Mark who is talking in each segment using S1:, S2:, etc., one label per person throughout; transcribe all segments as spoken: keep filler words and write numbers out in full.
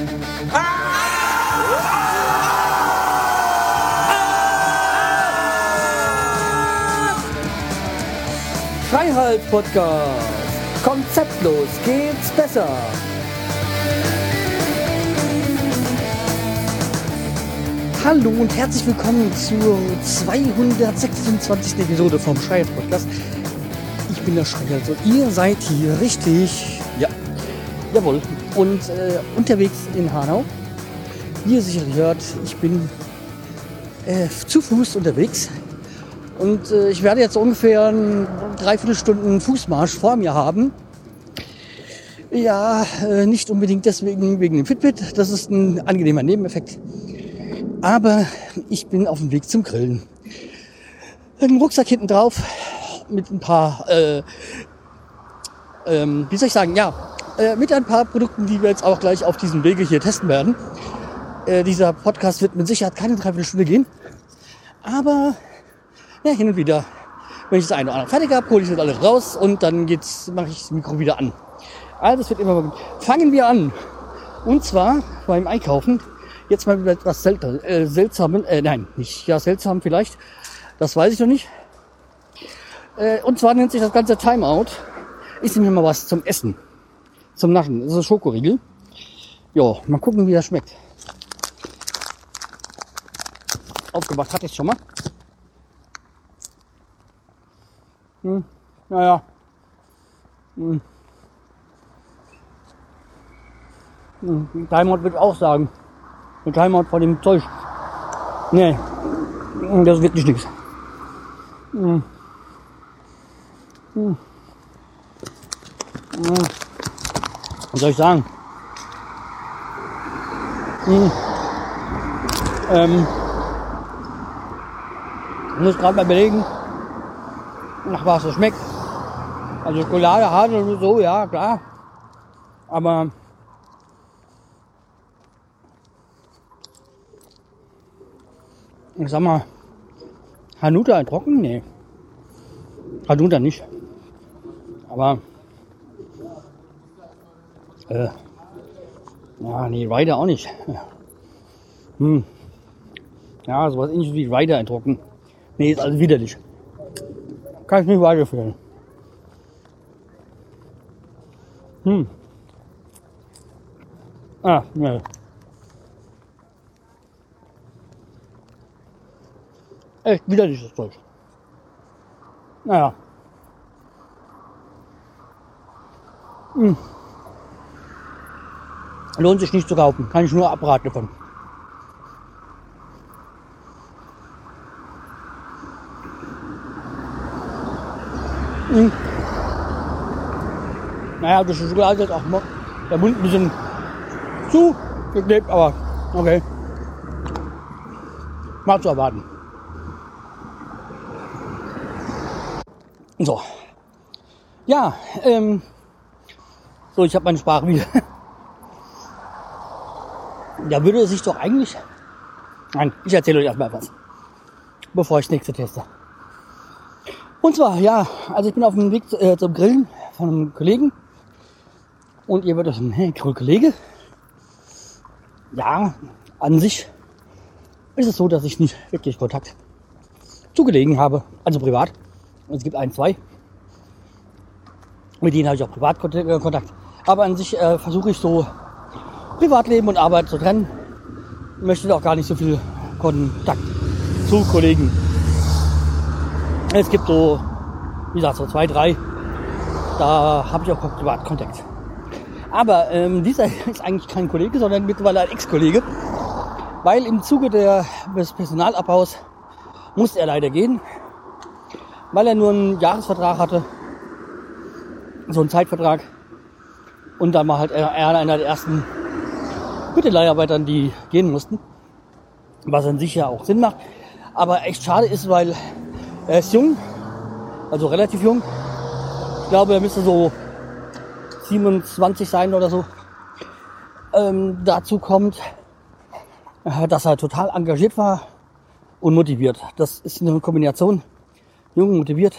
S1: Freiheit-Podcast. Konzeptlos geht's besser. Hallo und herzlich willkommen zur zweihundertsechsundzwanzigsten Episode vom Freiheit-Podcast. Ich bin der Schreier und ihr seid hier richtig. Ja, jawohl. Und äh, unterwegs in Hanau. Wie ihr sicherlich hört, ich bin äh, zu Fuß unterwegs. Und äh, ich werde jetzt ungefähr eine Dreiviertelstunden Fußmarsch vor mir haben. Ja, äh, nicht unbedingt deswegen wegen dem Fitbit. Das ist ein angenehmer Nebeneffekt. Aber ich bin auf dem Weg zum Grillen. Ein Rucksack hinten drauf mit ein paar, äh, ähm, wie soll ich sagen, ja, äh, mit ein paar Produkten, die wir jetzt auch gleich auf diesem Wege hier testen werden. Äh, dieser Podcast wird mit Sicherheit keine Dreiviertelstunde gehen. Aber ja, hin und wieder, wenn ich das eine oder andere fertig habe, hole ich das alles raus und dann geht's, mache ich das Mikro wieder an. Also das wird immer mal. Fangen wir an. Und zwar beim Einkaufen. Jetzt mal wieder etwas sel- äh, seltsamen, äh, nein, nicht ja seltsam vielleicht. Das weiß ich noch nicht. Äh, und zwar nennt sich das Ganze Timeout. Ich nehme mir mal was zum Essen, zum Naschen. Das ist Schokoriegel. Ja, mal gucken, wie das schmeckt. Aufgemacht hatte ich schon mal. Hm, naja. Hm. Hm. Timeout würde ich auch sagen. Ein Timeout von dem Zeug. Nee, das wird nicht nichts. Hm. Hm. Hm. Was soll ich sagen? Hm. Ähm. Ich muss gerade mal überlegen, nach was es schmeckt. Also Schokolade, hart und so, ja klar. Aber ich sag mal, Hanuta trocken? Nee. Hanuta nicht. Aber äh, ja, nee, Rider auch nicht. Hm. Ja, sowas ähnliches wie Rider trocken. Nee, ist alles widerlich. Kann ich nicht weiterführen. Hm. Ah, ne. Echt widerliches Zeug. Naja. Hm. Lohnt sich nicht zu kaufen. Kann ich nur abraten davon. Hm. Naja, durch die Schokolade ist auch der Mund ein bisschen zu geklebt, aber okay. Mal zu erwarten. So. Ja, ähm. So, ich habe meine Sprache wieder. Da würde es sich doch eigentlich... Nein, ich erzähle euch erstmal was. Bevor ich das nächste teste. Und zwar, ja, also ich bin auf dem Weg äh, zum Grillen von einem Kollegen. Und ihr werdet euch, hey, Kollege. Ja, an sich ist es so, dass ich nicht wirklich Kontakt zu Kollegen habe, also privat. Es gibt ein, zwei. Mit denen habe ich auch privat Kontakt. Aber an sich äh, versuche ich so Privatleben und Arbeit zu trennen. Ich möchte auch gar nicht so viel Kontakt zu Kollegen. Es gibt so, wie gesagt, so zwei, drei. Da habe ich auch Privatkontakt. Aber ähm, dieser ist eigentlich kein Kollege, sondern mittlerweile ein Ex-Kollege. Weil im Zuge der, des Personalabbaus musste er leider gehen. Weil er nur einen Jahresvertrag hatte. So einen Zeitvertrag. Und dann war halt er einer der ersten mit den Leiharbeitern, die gehen mussten. Was an sich ja auch Sinn macht. Aber echt schade ist, weil er ist jung. Also relativ jung. Ich glaube, er müsste so siebenundzwanzig sein oder so. Ähm, dazu kommt, dass er total engagiert war und motiviert. Das ist eine Kombination. Jung, motiviert,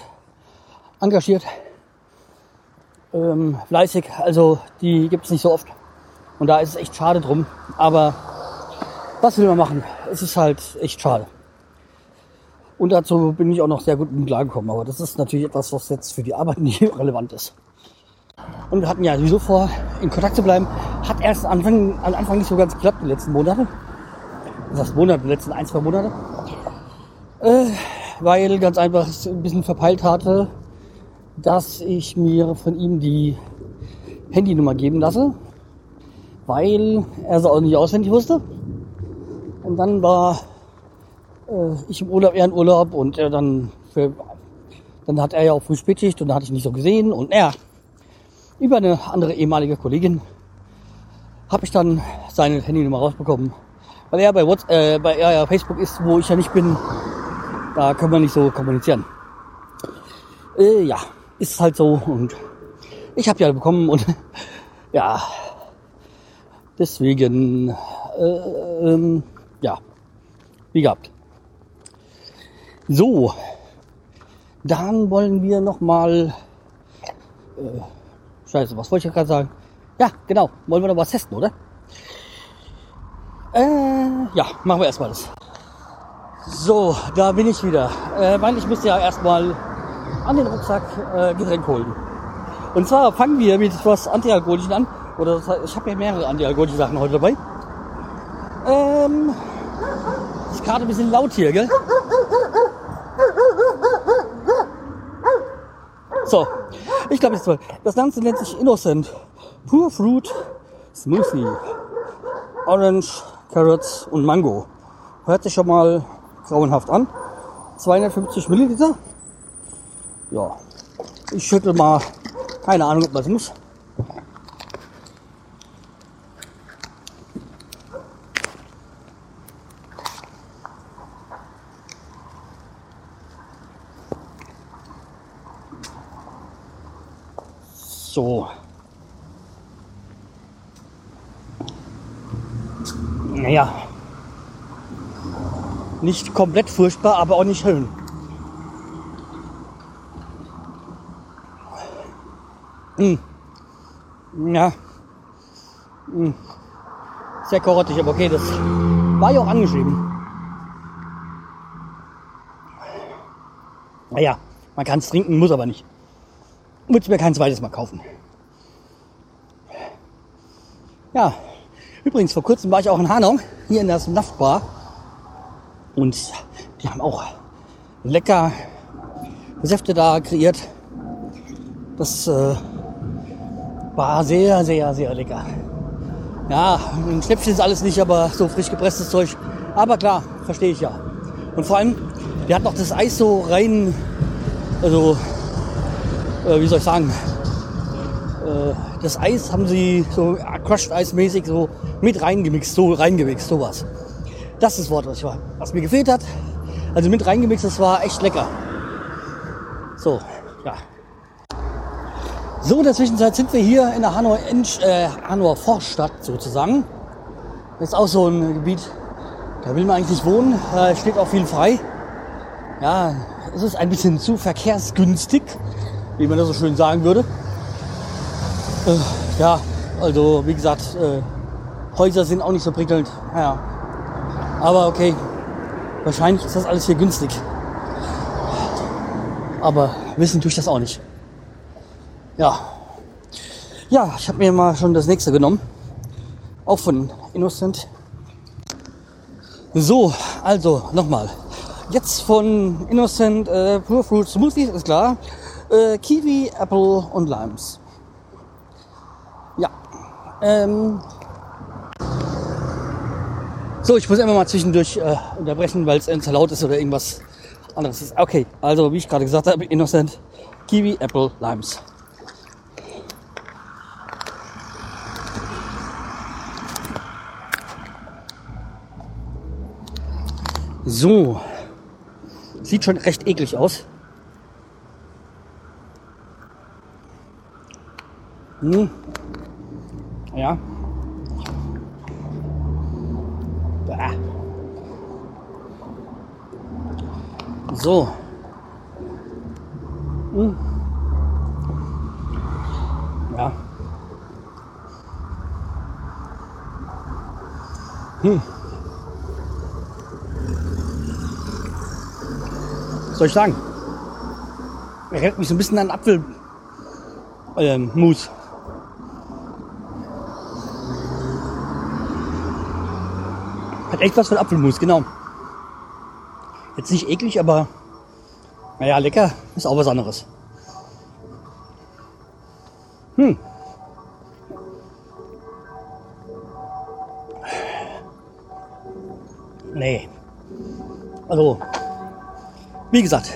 S1: engagiert, ähm, fleißig. Also die gibt es nicht so oft. Und da ist es echt schade drum. Aber was will man machen? Es ist halt echt schade. Und dazu bin ich auch noch sehr gut mit klargekommen. Aber das ist natürlich etwas, was jetzt für die Arbeit nicht relevant ist. Und wir hatten ja sowieso vor, in Kontakt zu bleiben. Hat erst am Anfang, am Anfang nicht so ganz geklappt, die letzten Monate. Das heißt Monate, die letzten ein, zwei Monate. Äh, weil ganz einfach ich ein bisschen verpeilt hatte, dass ich mir von ihm die Handynummer geben lasse. Weil er sie auch nicht auswendig wusste. Und dann war äh, ich im Urlaub, er im Urlaub und er dann, für, dann hat er ja auch früh Spätschicht und da hatte ich nicht so gesehen. Und er, über eine andere ehemalige Kollegin, habe ich dann seine Handynummer rausbekommen. Weil er bei WhatsApp, äh, bei er ja Facebook ist, wo ich ja nicht bin, da können wir nicht so kommunizieren. Äh, ja, ist halt so und ich habe ja bekommen und ja, deswegen, äh, ähm, ja, wie gehabt. So, dann wollen wir nochmal, äh, scheiße, was wollte ich gerade sagen? Ja, genau, wollen wir noch was testen, oder? Äh, ja, machen wir erstmal das. So, da bin ich wieder, äh, weil ich musste ja erstmal an den Rucksack äh, Getränk holen. Und zwar fangen wir mit etwas Antialkoholischen an. Oder das heißt, ich habe ja mehrere antialkoholische Sachen heute dabei. Ähm, ist gerade ein bisschen laut hier, gell? So, ich glaube, es ist toll. Das Ganze nennt sich Innocent Pure Fruit Smoothie. Orange, Carrots und Mango. Hört sich schon mal grauenhaft an. zweihundertfünfzig Milliliter. Ja, ich schüttel mal. Keine Ahnung, ob man es muss. So. Naja. Nicht komplett furchtbar, aber auch nicht schön. Mm. Ja. Mm. Sehr korottig, aber okay, das war ja auch angeschrieben. Naja, man kann es trinken, muss aber nicht. Würde mir kein zweites Mal kaufen. Ja, übrigens, vor kurzem war ich auch in Hanau, hier in der Snaft-Bar. Und die haben auch lecker Säfte da kreiert. Das äh, war sehr, sehr, sehr lecker. Ja, ein Schnäppchen ist alles nicht, aber so frisch gepresstes Zeug. Aber klar, verstehe ich ja. Und vor allem, der hat noch das Eis so rein, also, äh, wie soll ich sagen, äh, das Eis haben sie so Crushed Eis mäßig so mit reingemixt, so reingemixt, sowas. Das ist das Wort, was ich war. Was mir gefehlt hat, also mit reingemixt, das war echt lecker. So, ja. So, in der Zwischenzeit sind wir hier in der Hanauer, äh, Hanauer Vorstadt sozusagen. Das ist auch so ein Gebiet, da will man eigentlich nicht wohnen, da steht auch viel frei. Ja, es ist ein bisschen zu verkehrsgünstig, wie man das so schön sagen würde. Äh, ja, also wie gesagt, äh, Häuser sind auch nicht so prickelnd. Ja. Aber okay, wahrscheinlich ist das alles hier günstig. Aber wissen tue ich das auch nicht. Ja, ja, ich habe mir mal schon das nächste genommen. Auch von Innocent. So, also nochmal. Jetzt von Innocent äh, Pure Fruit Smoothies, ist klar. Äh, Kiwi, Apple und Limes. Ja. Ähm. So, ich muss immer mal zwischendurch äh, unterbrechen, weil es entweder laut ist oder irgendwas anderes ist. Okay, also wie ich gerade gesagt habe, Innocent, Kiwi, Apple, Limes. So, sieht schon recht eklig aus. Hm. Ja. Bah. So. Hm. Ja. Hm. Was soll ich sagen? Erinnert mich so ein bisschen an Apfelmus. Ähm, Mus. Hat echt was von Apfelmus, genau. Jetzt nicht eklig, aber naja, lecker ist auch was anderes. Hm. Nee. Also, wie gesagt,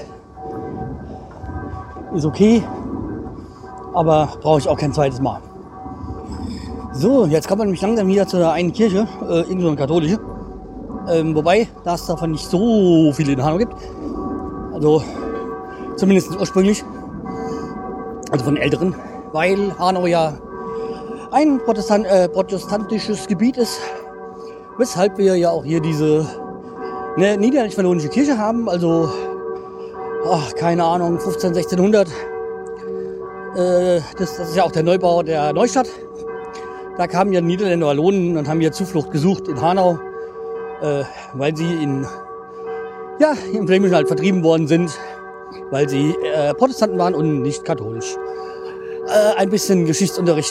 S1: ist okay, aber brauche ich auch kein zweites Mal. So, jetzt kommt man nämlich langsam wieder zu der einen Kirche, äh, irgend so eine katholische. Ähm, wobei, da es davon nicht so viele in Hanau gibt. Also, zumindest ursprünglich. Also von älteren. Weil Hanau ja ein Protestant, äh, protestantisches Gebiet ist. Weshalb wir ja auch hier diese ne, niederländisch-wallonische Kirche haben. Also, ach, keine Ahnung, fünfzehnhundert, sechzehnhundert. Äh, das, das ist ja auch der Neubau der Neustadt. Da kamen ja Niederländer Wallonen und haben hier Zuflucht gesucht in Hanau. Äh, weil sie in, ja, im Flämischen halt vertrieben worden sind, weil sie äh, Protestanten waren und nicht katholisch. Äh, ein bisschen Geschichtsunterricht.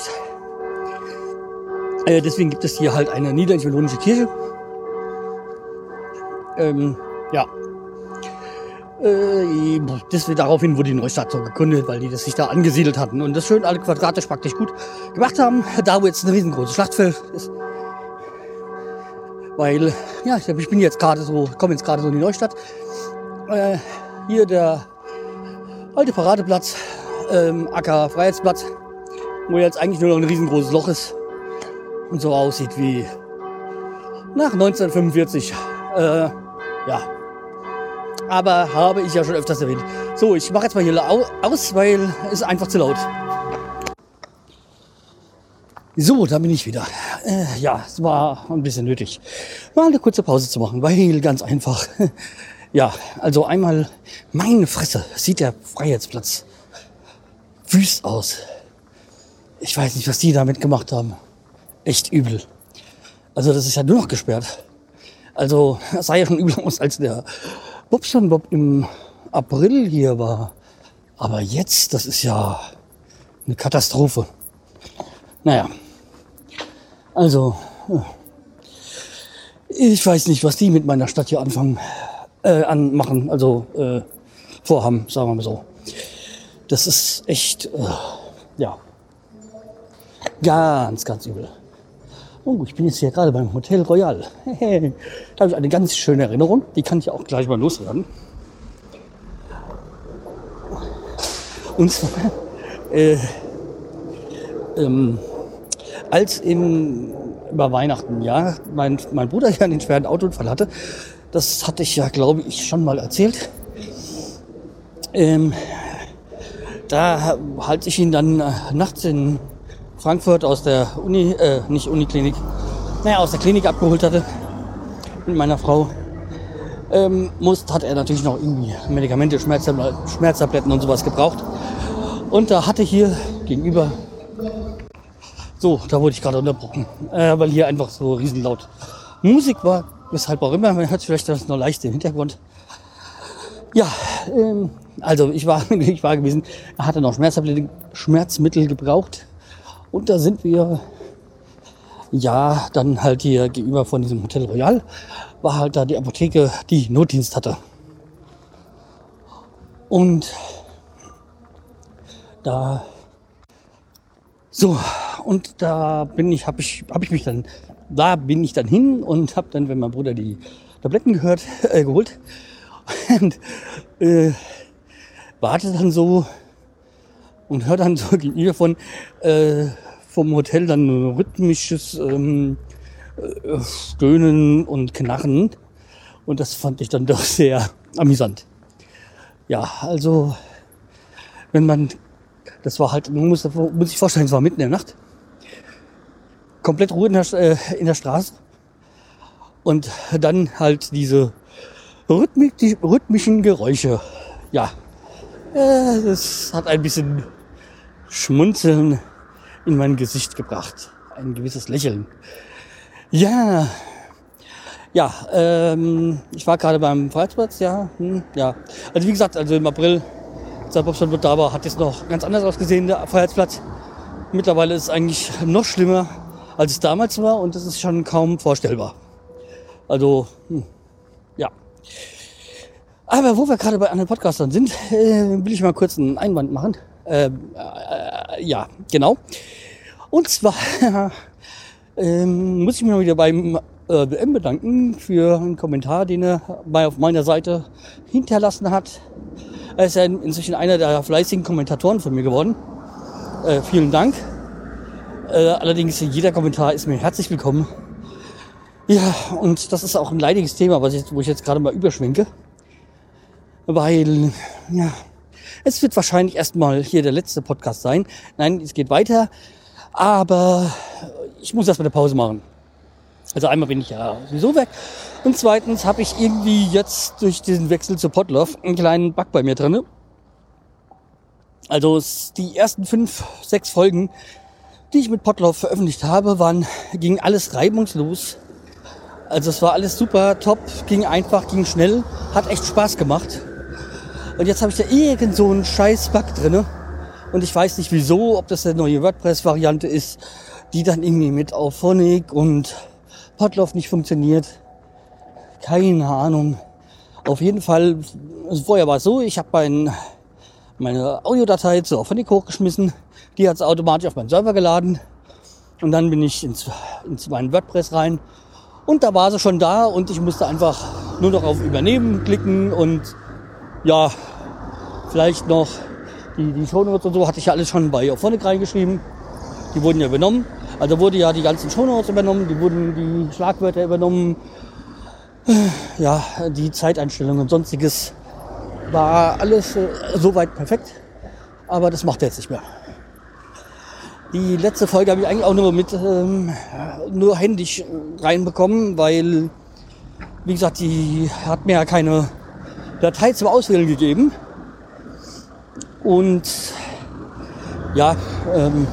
S1: Äh, deswegen gibt es hier halt eine niederländisch-wallonische Kirche. Ähm, ja. Äh, deswegen daraufhin wurde die Neustadt so gegründet, weil die das sich da angesiedelt hatten und das schön alle quadratisch praktisch gut gemacht haben. Da wo jetzt ein riesengroßes Schlachtfeld ist. Weil, ja, ich bin jetzt gerade so, komme jetzt gerade so in die Neustadt. Äh, hier der alte Paradeplatz, ähm, Acker Freiheitsplatz, wo jetzt eigentlich nur noch ein riesengroßes Loch ist und so aussieht wie nach neunzehnhundertfünfundvierzig. Äh, ja, aber habe ich ja schon öfters erwähnt. So, ich mache jetzt mal hier aus, weil es einfach zu laut. So, da bin ich wieder. Äh, ja, es war ein bisschen nötig, mal eine kurze Pause zu machen, weil ganz einfach. Ja, also einmal, meine Fresse, sieht der Freiheitsplatz wüst aus. Ich weiß nicht, was die damit gemacht haben. Echt übel. Also das ist ja nur noch gesperrt. Also es sah ja schon übel aus, als der Bobson Bob im April hier war. Aber jetzt, das ist ja eine Katastrophe. Naja. Also, ich weiß nicht, was die mit meiner Stadt hier anfangen, äh, anmachen, also äh, vorhaben, sagen wir mal so. Das ist echt, äh, ja, ganz, ganz übel. Oh, ich bin jetzt hier gerade beim Hotel Royal. Da habe ich eine ganz schöne Erinnerung, die kann ich auch gleich mal loswerden. Und zwar, äh, ähm, als im, über Weihnachten, ja, mein, mein Bruder ja einen schweren Autounfall hatte, das hatte ich ja, glaube ich, schon mal erzählt. Ähm, da halte ich ihn dann äh, nachts in Frankfurt aus der Uni, äh, nicht Uniklinik, naja, aus der Klinik abgeholt hatte mit meiner Frau. Ähm, musste, hat er natürlich noch irgendwie Medikamente, Schmerztabletten, Schmerztabletten und sowas gebraucht. Und da hatte hier gegenüber, so, da wurde ich gerade unterbrochen, äh, weil hier einfach so riesenlaut Musik war, weshalb auch immer, man hört vielleicht das noch leicht im Hintergrund. Ja, ähm, also ich war, ich war gewesen, er hatte noch Schmerztabletten, Schmerzmittel gebraucht und da sind wir, ja, dann halt hier gegenüber von diesem Hotel Royal, war halt da die Apotheke, die Notdienst hatte. Und da, so, und da bin ich, habe ich, habe ich mich dann, da bin ich dann hin und habe dann, wenn mein Bruder die Tabletten gehört, äh, geholt und äh, warte dann so und höre dann so gegenüber von äh, vom Hotel dann ein rhythmisches ähm, äh, Stöhnen und Knarren und das fand ich dann doch sehr amüsant. Ja, also wenn man, das war halt, man muss, muss sich vorstellen, es war mitten in der Nacht, komplett Ruhe in der, äh, in der Straße und dann halt diese rhythmi- die rhythmischen Geräusche. Ja, äh, das hat ein bisschen Schmunzeln in mein Gesicht gebracht, ein gewisses Lächeln. Ja, Ja, ähm, ich war gerade beim Freiheitsplatz, ja, hm, ja. Also wie gesagt, also im April, seit Bobson Wood da war, hat es noch ganz anders ausgesehen, der Freiheitsplatz. Mittlerweile ist es eigentlich noch schlimmer, als es damals war, und das ist schon kaum vorstellbar. Also, hm, ja. Aber wo wir gerade bei anderen Podcastern sind, äh, will ich mal kurz einen Einwand machen. Äh, äh, ja, genau. Und zwar ähm, muss ich mich mal wieder beim äh, B M bedanken für einen Kommentar, den er bei auf meiner Seite hinterlassen hat. Er ist ja inzwischen einer der fleißigen Kommentatoren von mir geworden. Äh, vielen Dank. Äh, allerdings, jeder Kommentar ist mir herzlich willkommen. Ja, und das ist auch ein leidiges Thema, was ich, wo ich jetzt gerade mal überschwenke. Weil, ja, es wird wahrscheinlich erstmal hier der letzte Podcast sein. Nein, es geht weiter. Aber ich muss erstmal eine Pause machen. Also einmal bin ich ja sowieso weg. Und zweitens habe ich irgendwie jetzt durch diesen Wechsel zu Podlove einen kleinen Bug bei mir drin. Also die ersten fünf, sechs Folgen, die ich mit Podlove veröffentlicht habe, waren, ging alles reibungslos. Also es war alles super, top, ging einfach, ging schnell, hat echt Spaß gemacht. Und jetzt habe ich da irgend so einen scheiß Bug drin. Und ich weiß nicht wieso, ob das eine neue WordPress-Variante ist, die dann irgendwie mit Auphonic und Podlove nicht funktioniert. Keine Ahnung. Auf jeden Fall, also vorher war es so, ich habe mein, meine Audiodatei zu Auphonic hochgeschmissen. Die hat es automatisch auf meinen Server geladen. Und dann bin ich ins, ins meinen WordPress rein. Und da war sie schon da und ich musste einfach nur noch auf Übernehmen klicken und ja, vielleicht noch die, die Shownotes und so hatte ich ja alles schon bei Auphonic reingeschrieben. Die wurden ja übernommen. Also wurde ja die ganzen Shownotes übernommen, die wurden die Schlagwörter übernommen. Ja, die Zeiteinstellungen und sonstiges war alles äh, soweit perfekt. Aber das macht er jetzt nicht mehr. Die letzte Folge habe ich eigentlich auch nur mit ähm, nur händisch reinbekommen, weil, wie gesagt, die hat mir ja keine Datei zum Auswählen gegeben. Und ja, ähm,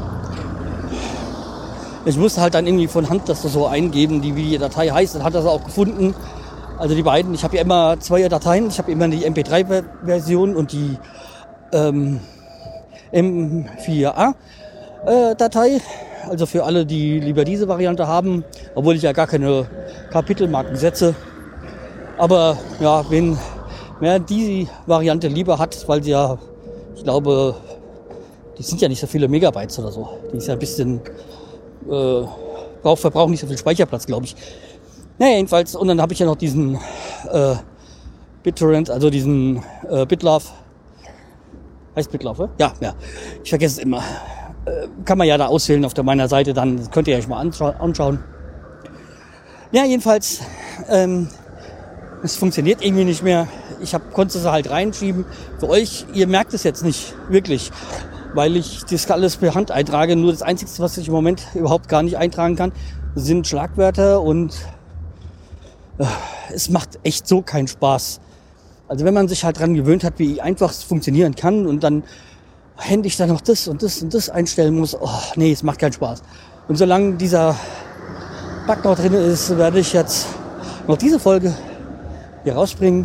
S1: ich musste halt dann irgendwie von Hand das so eingeben, die, wie die Datei heißt. Dann hat er es auch gefunden. Also die beiden, ich habe ja immer zwei Dateien. Ich habe immer die M P drei Version und die ähm, M vier A Datei. Also für alle, die lieber diese Variante haben, obwohl ich ja gar keine Kapitelmarken setze. Aber ja, wen wer die Variante lieber hat, weil sie ja, ich glaube, die sind ja nicht so viele Megabytes oder so. Die ist ja ein bisschen, äh, braucht, verbraucht nicht so viel Speicherplatz, glaube ich. Naja, jedenfalls, und dann habe ich ja noch diesen äh, BitTorrent, also diesen äh, BitLove. Heißt BitLove, ja, ja. Ich vergesse es immer. Äh, kann man ja da auswählen auf der meiner Seite, dann könnt ihr euch mal anscha- anschauen. Ja, jedenfalls, ähm, es funktioniert irgendwie nicht mehr. Ich hab, konnte es halt reinschieben. Für euch, ihr merkt es jetzt nicht wirklich, weil ich das alles per Hand eintrage. Nur das Einzige, was ich im Moment überhaupt gar nicht eintragen kann, sind Schlagwörter und äh, es macht echt so keinen Spaß. Also wenn man sich halt dran gewöhnt hat, wie einfach es funktionieren kann und dann händisch dann noch das und das und das einstellen muss, oh nee, es macht keinen Spaß. Und solange dieser Bug noch drin ist, werde ich jetzt noch diese Folge hier rausbringen.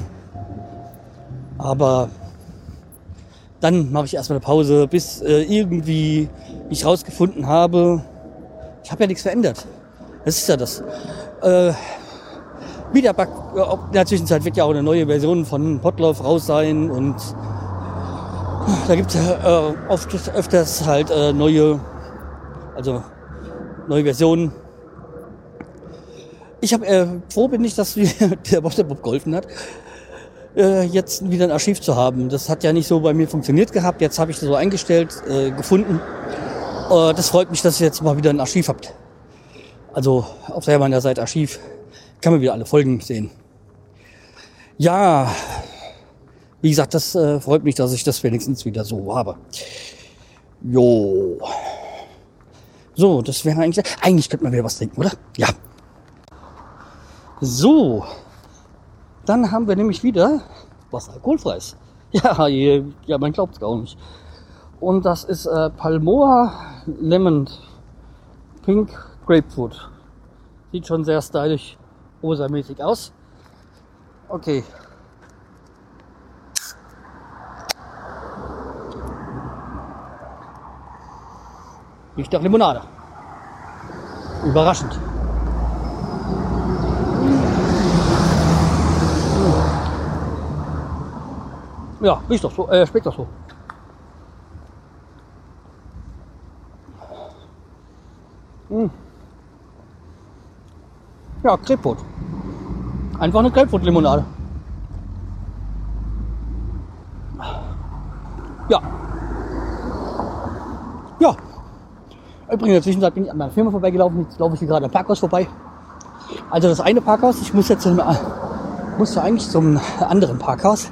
S1: Aber dann mache ich erstmal eine Pause, bis äh, irgendwie ich rausgefunden habe, ich habe ja nichts verändert. Das ist ja das. Äh, wie der Bug, in der Zwischenzeit wird ja auch eine neue Version von Podlove raus sein und da gibt es ja äh, oft öfters halt äh, neue, also neue Versionen. Ich habe äh, froh bin ich, dass mir der Bob geholfen hat, äh, jetzt wieder ein Archiv zu haben. Das hat ja nicht so bei mir funktioniert gehabt. Jetzt habe ich das so eingestellt, äh, gefunden. Äh, das freut mich, dass ihr jetzt mal wieder ein Archiv habt. Also auf der meiner Seite Archiv kann man wieder alle Folgen sehen. Ja, wie gesagt, das äh, freut mich, dass ich das wenigstens wieder so habe. Jo. So, das wäre eigentlich... Eigentlich könnte man wieder was trinken, oder? Ja. So. Dann haben wir nämlich wieder was Alkoholfreies. Ja, ja, man glaubt es gar nicht. Und das ist äh, Palmoa Lemon Pink Grapefruit. Sieht schon sehr stylisch rosamäßig aus. Okay. Riecht nach Limonade. Überraschend. Ja, riecht doch so, äh, schmeckt doch so. Hm. Ja, Grapefruit. Einfach eine Grapefruit-Limonade. Ja. Ja. Übrigens, in der Zwischenzeit bin ich an meiner Firma vorbeigelaufen. Jetzt laufe ich hier gerade am Parkhaus vorbei. Also das eine Parkhaus, ich muss jetzt äh, muss ja eigentlich zum anderen Parkhaus,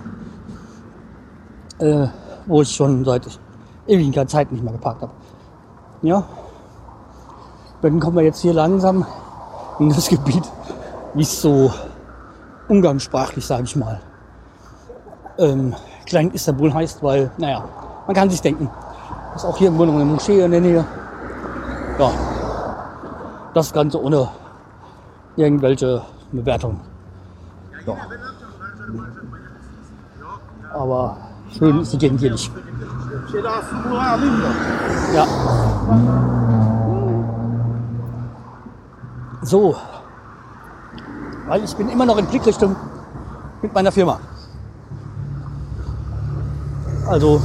S1: äh, wo ich schon seit ewiger Zeit nicht mehr geparkt habe. Ja. Dann kommen wir jetzt hier langsam in das Gebiet, wie es so umgangssprachlich, sage ich mal, ähm, Klein Istanbul heißt, weil, naja, man kann sich denken, ist auch hier im Grunde eine Moschee in der Nähe. Ja, das Ganze ohne irgendwelche Bewertung. Ja. Aber schön ist die Gegend hier nicht. Ja. So, weil ich bin immer noch in Blickrichtung mit meiner Firma. Also,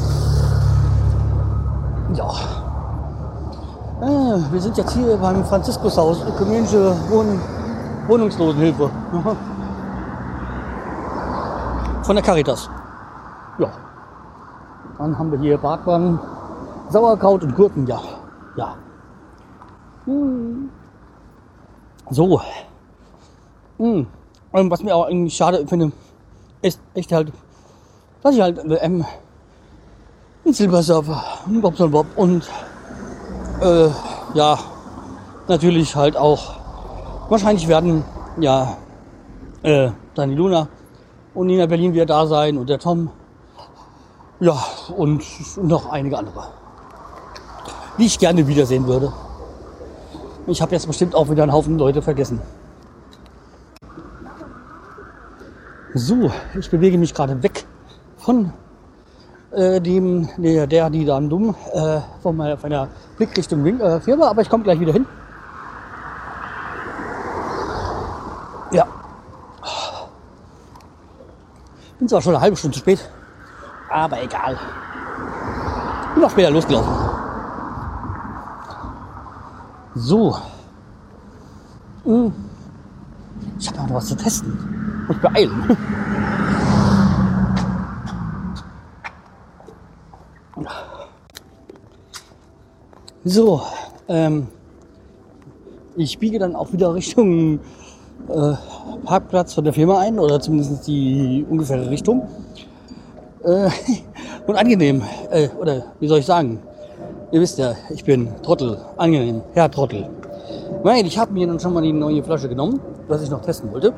S1: ja. Äh, wir sind jetzt hier beim Franziskushaus, ökumenische Wohn Wohnungslosenhilfe. Von der Caritas. Ja. Dann haben wir hier Bratpfannen, Sauerkraut und Gurken, ja. Ja. Hm. So. Hm. Und was mir auch irgendwie schade finde, ist echt halt, dass ich halt ähm, einen Silbersurfer, einen Bobson Bob und äh, ja, natürlich halt auch, wahrscheinlich werden ja äh, Dani Luna und Nina Berlin wieder da sein und der Tom. Ja, und noch einige andere, die ich gerne wiedersehen würde. Ich habe jetzt bestimmt auch wieder einen Haufen Leute vergessen. So, ich bewege mich gerade weg von äh, dem, der, der, die dann dumm, äh, von meiner, von meiner Blickrichtung äh, Firma, aber ich komme gleich wieder hin. Ja. Bin zwar schon eine halbe Stunde zu spät, aber egal. Bin auch später losgelaufen. So. Ich habe noch was zu testen. Muss beeilen. So. Ähm, ich biege dann auch wieder Richtung äh, Parkplatz von der Firma ein, oder zumindest die ungefähre Richtung. Äh, und angenehm, äh, oder wie soll ich sagen, ihr wisst ja, ich bin Trottel, angenehm, Herr Trottel. Weil ich habe mir dann schon mal die neue Flasche genommen, was ich noch testen wollte.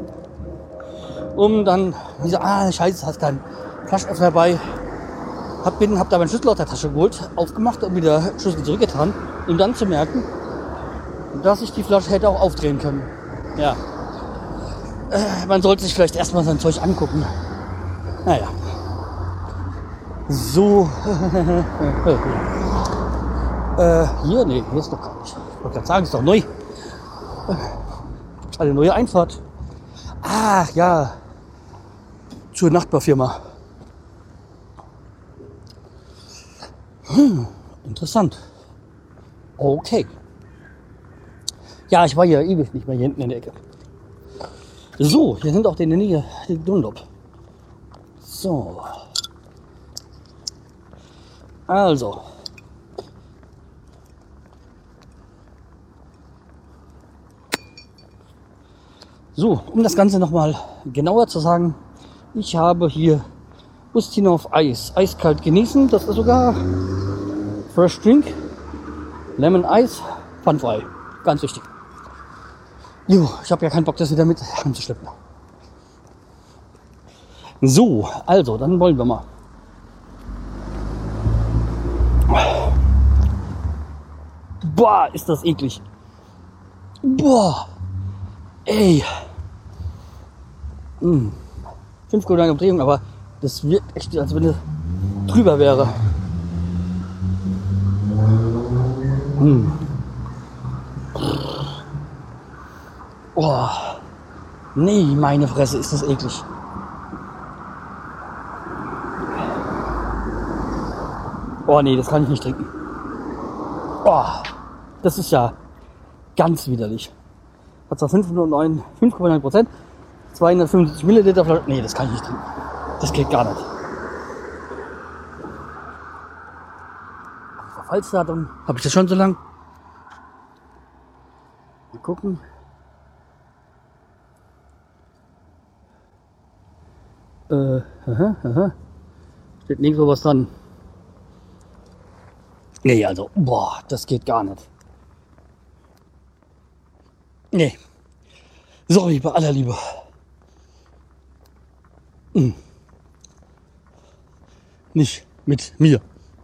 S1: Um dann, ich so, ah scheiße, hast keinen Flaschenöffner dabei. Hab, bin, hab da meinen Schlüssel aus der Tasche geholt, aufgemacht und wieder Schlüssel zurückgetan, um dann zu merken, dass ich die Flasche hätte auch aufdrehen können. Ja. Äh, man sollte sich vielleicht erstmal sein Zeug angucken. Naja. So. äh, hier? Nee, hier ist doch gar nicht. Ich wollte gerade sagen, ist doch neu. Gibt's eine neue Einfahrt. Ach ja. Zur Nachbarfirma. Hm, interessant. Okay. Ja, ich war hier ewig nicht mehr hier hinten in der Ecke. So, hier sind auch die in der Nähe die Dunlop. So. Also. So, um das Ganze nochmal genauer zu sagen, ich habe hier Ustinov Eis, eiskalt genießen, das ist sogar Fresh Drink, Lemon Eis, pfandfrei, ganz wichtig. Jo, ich habe ja keinen Bock, das wieder mit anzuschleppen. So, also, dann wollen wir mal. Boah, ist das eklig. Boah, ey. Hm. fünf Komma neun Umdrehungen, aber das wirkt echt, als wenn es drüber wäre. Hm. Oh. Nee, meine Fresse, ist das eklig. Oh nee, das kann ich nicht trinken. Oh, das ist ja ganz widerlich. Hat zwar fünf Komma neun Prozent, zweihundertfünfundsiebzig Milliliter Flasche. Nee, das kann ich nicht trinken. Das geht gar nicht. Verfallsdatum, habe ich das schon so lang? Mal gucken. Äh, aha, aha. Steht nirgendwo was dran. Nee, also, boah, das geht gar nicht. Nee. Sorry, bei aller Liebe. Hm. Nicht mit mir.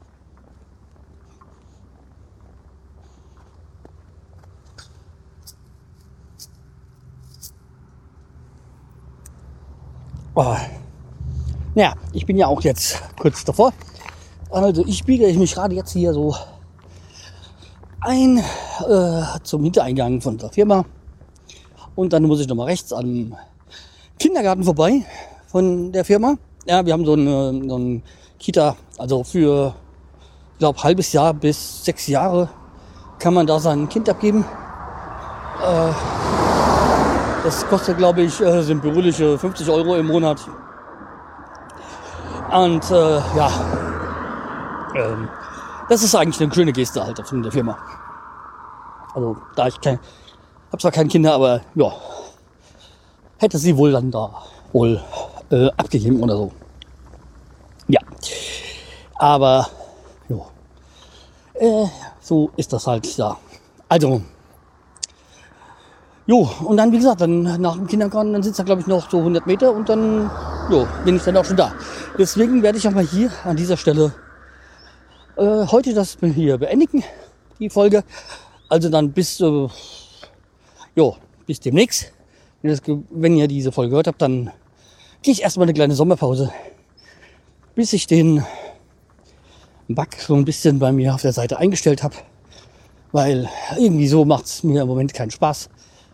S1: Oh. Ja, ich bin ja auch jetzt kurz davor. Also ich biege mich gerade jetzt hier so ein äh, zum Hintereingang von der Firma. Und dann muss ich nochmal rechts am Kindergarten vorbei von der Firma. Ja, wir haben so eine, so eine Kita, also für, ich glaube, halbes Jahr bis sechs Jahre kann man da sein Kind abgeben. Äh, das kostet, glaube ich, äh, symbolische fünfzig Euro im Monat. Und äh, ja, ähm, das ist eigentlich eine schöne Geste halt von der Firma. Also da ich kein, habe zwar keine Kinder, aber ja, hätte sie wohl dann da wohl äh, abgegeben oder so. Ja, aber jo, äh, so ist das halt da. Also, jo, und dann wie gesagt, dann nach dem Kindergarten, dann sitzt da glaube ich noch so hundert Meter und dann jo, bin ich dann auch schon da. Deswegen werde ich auch mal hier an dieser Stelle äh, heute das hier beendigen, die Folge. Also dann bis, äh, jo, bis demnächst. Wenn, das, wenn ihr diese Folge gehört habt, dann gehe ich erstmal eine kleine Sommerpause, bis ich den Bug so ein bisschen bei mir auf der Seite eingestellt habe. Weil irgendwie so macht es mir im Moment keinen Spaß.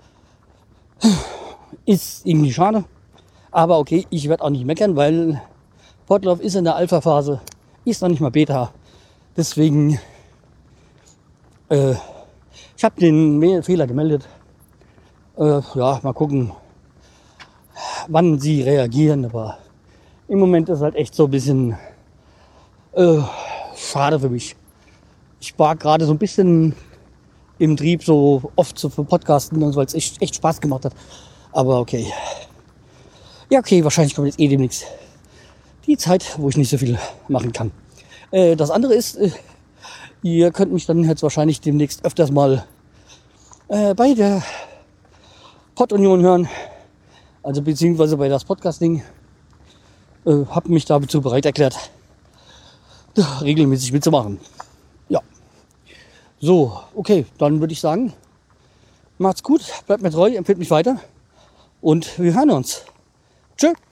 S1: Ist irgendwie schade. Aber okay, ich werde auch nicht meckern, weil Podlove ist in der Alpha-Phase, ist noch nicht mal Beta. Deswegen, äh, ich habe den Fehler gemeldet. Äh, ja, mal gucken, wann sie reagieren. Aber im Moment ist halt echt so ein bisschen äh, schade für mich. Ich war gerade so ein bisschen im Trieb, so oft zu podcasten, weil es echt, echt Spaß gemacht hat. Aber okay. Ja, okay, wahrscheinlich kommt jetzt eh demnächst die Zeit, wo ich nicht so viel machen kann. Äh, das andere ist, äh, ihr könnt mich dann jetzt wahrscheinlich demnächst öfters mal äh, bei der Pod-Union hören. Also beziehungsweise bei das Podcasting. Äh, hab mich dazu bereit erklärt, da regelmäßig mitzumachen. Ja. So, okay, dann würde ich sagen, macht's gut, bleibt mir treu, empfehlt mich weiter und wir hören uns. Tschö.